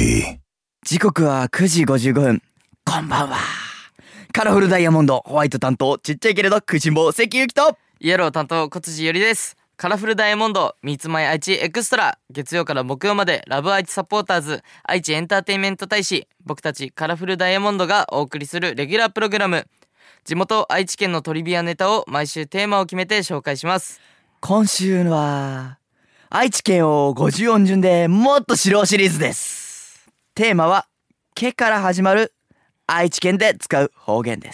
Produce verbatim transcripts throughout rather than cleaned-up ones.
Auntie. 時刻はくじごじゅうごふん。こんばんは。カラフルダイヤモンドホワイト担当ちっちゃいけれど食いしん坊関ゆきとイエロー担当小辻よりです。カラフルダイヤモンド Meets My 愛知エクストラ、月曜から木曜までラブ愛知サポーターズ愛知エンターテインメント大使、僕たちカラフルダイヤモンドがお送りするレギュラープログラム。地元愛知県のトリビアネタを毎週テーマを決めて紹介します。 今週は愛知県をごじゅう音順でもっと知ろうシリーズです。テーマはけから始まる愛知県で使う方言です。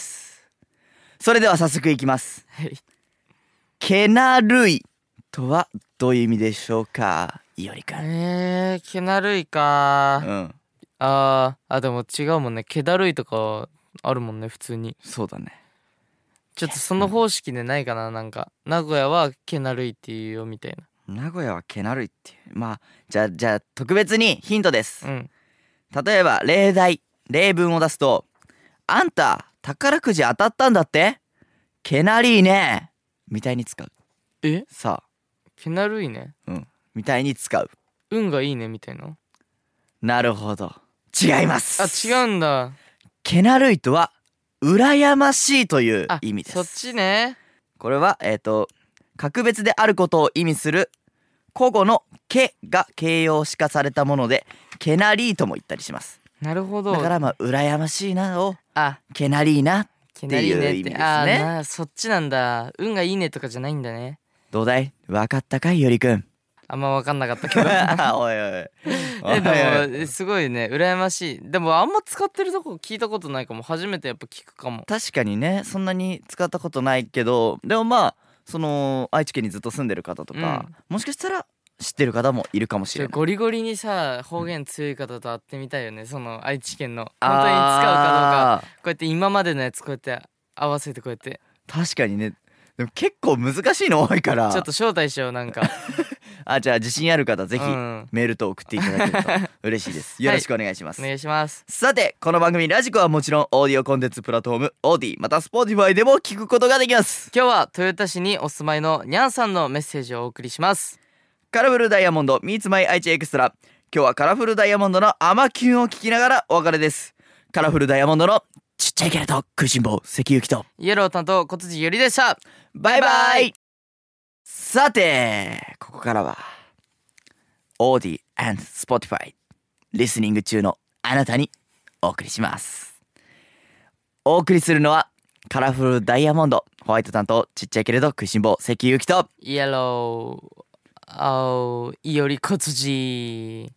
それでは早速いきます。 はい。 けなるいとはどういう意味でしょうか、いおりくん。 えー、気だるいかー。 うんあーあでも違うもんね。気だるいとかあるもんね普通に。 そうだね。 ちょっとその方式でないかな。なんか名古屋は気だるいっていうよみたい名古屋はけなるいっていう。まあじゃあじゃあ特別にヒントです。 な。うん例えば例題例文を出すと、あんた宝くじ当たったんだって、けなりーねみたいに使う。 えさ気だるいね。 あうんみたいに使う。 運がいいねみたいな。 なるほど、違います。 あ違うんだ。 けなるいとは羨ましいというあ意味です。 そっちね。 これはえっ、ー、と格別であることを意味する古語のけが形容詞化されたもので、けなりーとも言ったりします。 なるほど。 だからまあ羨ましいなをあけなりーな気だるいねってっていう意味ですね。 あーなそっちなんだ。運がいいねとかじゃないんだね。 どうだい、わかったかいよりくん。 あんま分かんなかったけどおいおいえおいおいでもすごいね羨ましい。でもあんま使ってるとこ聞いたことないかも。初めてやっぱ聞くかも。 確かにね、そんなに使ったことないけど、でもまあその愛知県にずっと住んでる方とか、もしかしたら知ってる方もいるかもしれない。 ゴリゴリにさ方言強い方と会ってみたいよね。その愛知県の本当に使うかどうか、こうやって今までのやつこうやって合わせてこうやって確かにね。でも結構難しいの多いからちょっと招待しようなんかあ、じゃあ自信ある方ぜひうんメールと送っていただけると嬉しいですよろしくお願いします、 お願いします。 さてこの番組ラジコはもちろんオーディオコンテンツプラットフォームオーディまた Spotify でも聞くことができます。 今日は豊田市にお住まいのにゃんさんのメッセージをお送りします。 カラフルダイヤモンド Meets My 愛知エクストラ。今日はカラフルダイヤモンドのアマキュンを聞きながらお別れです。カラフルダイヤモンドのちっちゃいけれど食いしん坊関ゆきとイエロー担当小辻ゆりでした。 バイバイ。さてここからはオーディ and Spotify リスニング中のあなたにお送りします。お送りするのはカラフルダイヤモンドホワイト担当ちっちゃいけれど食いしん坊関ゆきとイエロー青いより小辻。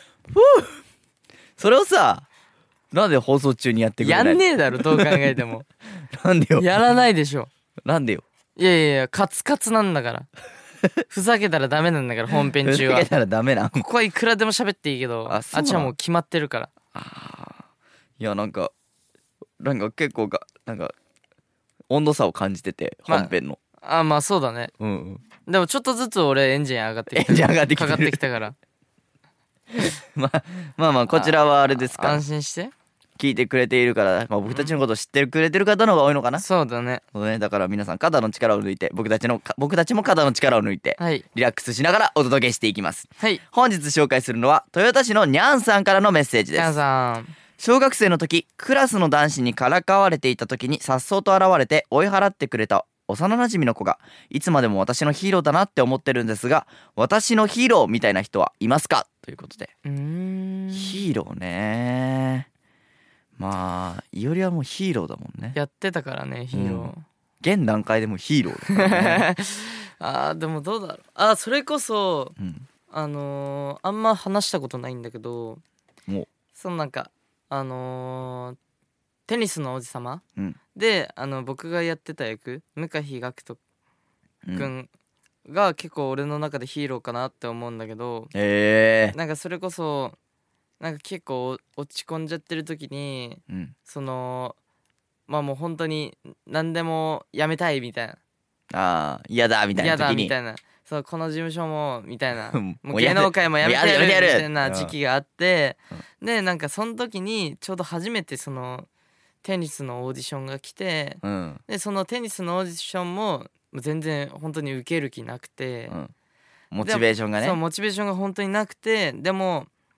それをさ、なんで放送中にやってくれないの？ やんねえだろどう考えてもなんでよやらないでしょ。 なんでよ。 いやいやいやカツカツなんだからふざけたらダメなんだから本編中はふざけたらダメな。 ここはいくらでも喋っていいけど、ああそうなのっちはもう決まってるから。 いやなんかなんか結構がなんか温度差を感じててまあ本編の、 あまあそうだね。 うんうんでもちょっとずつ俺エンジン上がってきた。 エンジン上がってきてるかかってきたからまあまあまあこちらはあれですか、 安心して。 聞いてくれているから、まあ、僕たちのことを知ってくれてる方の方が多いのかな、 そうだね。 そうね、だから皆さん肩の力を抜いて僕たちの僕たちも肩の力を抜いてはいリラックスしながらお届けしていきます。 はい。 本日紹介するのは豊田市のにゃんさんからのメッセージで皆す。 さん小学生の時クラスの男子にからかわれていた時に颯爽と現れて追い払ってくれた幼馴染の子がいつまでも私のヒーローだなって思ってるんですが、私のヒーローみたいな人はいますかということで。 うーんヒーローね、まあいおりはもうヒーローだもんね。 やってたからねヒーロー、 現段階でもヒーローだからねあーでもどうだろう。あーそれこそうんあのー、あんま話したことないんだけど、 もうそのなんかあのー、テニスの王子様うんであの僕がやってた役向井学人うんくんが結構俺の中でヒーローかなって思うんだけど、 えなんかそれこそなんか結構落ち込んじゃってる時にー、うんそのまあもう本当に何でもやめたいみたいな、 ああ嫌だみたいな嫌だ時にみたいな、そうこの事務所もみたいなうんもう芸能界もやめてやるもうやめてやるみたいな時期があって、 うでなんかその時にちょうど初めてそのテニスのオーディションが来て、 うんでそのテニスのオーディションも全然本当に受ける気なくて、 うんモチベーションがねそうモチベーションが本当になくて、でも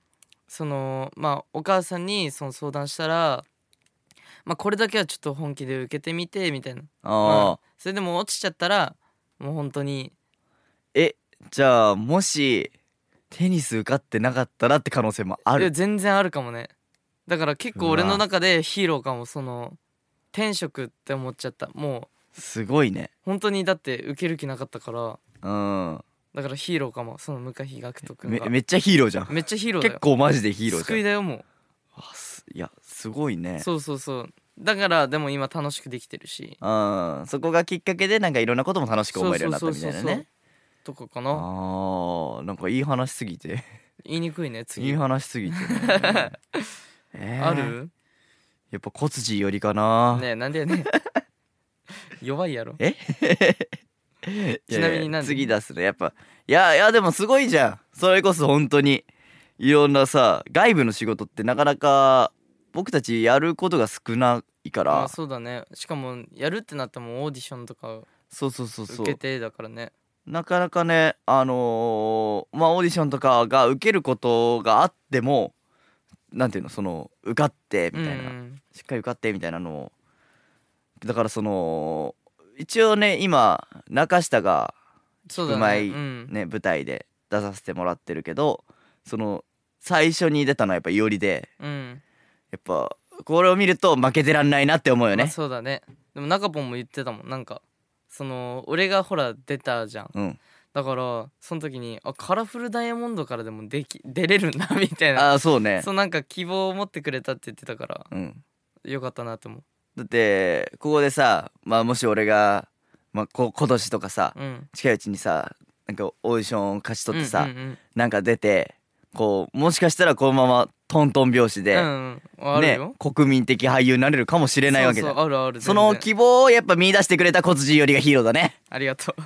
そのまあお母さんにその相談したら、まあこれだけはちょっと本気で受けてみてみたいな。 あまああ、 それでも落ちちゃったらもう本当にえじゃあもしテニス受かってなかったらって可能性もあいやる。 全然あるかもね。だから結構俺の中でヒーローかも。その転職って思っちゃった。もうすごいね。 本当にだって受ける気なかったから、 うんだからヒーローかも。その向井学人くんがめめっちゃヒーローじゃん。 めっちゃヒーローだよ。 結構マジでヒーローじゃん。 救いだよもあすいやすごいね。 う。そうそうそう。だからでも今楽しくできてるし、 うんそこがきっかけでなんかいろんなことも楽しく思えるようになったみたいなね。 とかかな。 あーなんかいい話すぎて言いにくいねい次。 い話すぎてねえーあるやっぱ小辻よりかな。 ねえなんでやねん弱いやろ。 えちなみになんで次出すねやっぱ。いやいやでもすごいじゃん。それこそ本当にいろんなさ外部の仕事ってなかなか僕たちやることが少ないから、 まあそうだね。しかもやるってなったらもうオーディションとかそうそうそうそう受けてだからね。 なかなかねあのーまあオーディションとかが受けることがあってもなんていうのその受かってみたいな、 うんしっかり受かってみたいなのをだからその一応ね今中下がそうだね。 うまいうんね舞台で出させてもらってるけど、その最初に出たのはやっぱいおりで、 うんやっぱこれを見ると負けてらんないなって思うよまあね。 そうだね。でも中ポンも言ってたもん。なんかその俺がほら出たじゃん。 うんだからその時にあカラフルダイヤモンドからでもでき出れるんだみたいな。 ああそうね。 そうなんか希望を持ってくれたって言ってたからうんよかったなと思う。 だってここでさまあもし俺がまあこ今年とかさうん近いうちにさなんかオーディション勝ち取ってさ、 うんうんなんか出てこうもしかしたらこのままトントン拍子で、 うん、うんうん、あるねよ。 国民的俳優になれるかもしれないわけだ。 そうそうあるある。 その全然希望をやっぱ見出してくれた小辻よりがヒーローだね。 ありがと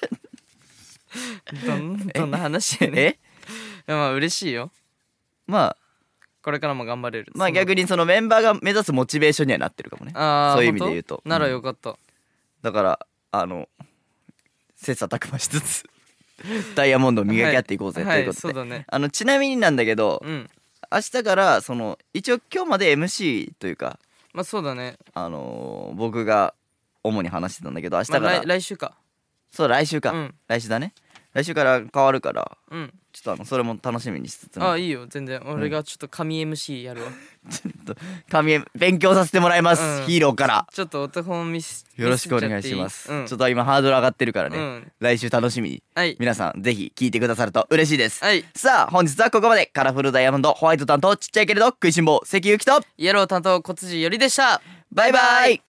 うどんどんな話やね。 えいやまあ嬉しいよ。 まあこれからも頑張れる。 まあその逆にそのメンバーが目指すモチベーションにはなってるかもね。 あーそういう意味で言うと本当ならうんよかった。 だからあの切磋琢磨しつつダイヤモンドを磨き合っていこうぜ、 はいはいということで、 そうだね。 あのちなみになんだけど、 うん明日からその一応今日まで エムシー というかまあそうだね。 あのー僕が主に話してたんだけど明日から、 まあ来来週か。 そう来週か、 うん来週だね。来週から変わるからうんちょっとあのそれも楽しみにしつつあいいよ全然。俺がちょっと神 エムシー やるわ。 神へ勉強させてもらいます、 うんヒーローからちょっとお手本見せよろしくお願いします、 うんちょっと今ハードル上がってるからね、 うん来週楽しみにはい皆さんぜひ聞いてくださると嬉しいです、 はい。 さあ本日はここまで。カラフルダイヤモンドホワイト担当ちっちゃいけれど食いしん坊関ゆきとイエロー担当小辻よりでした。 バイバイ。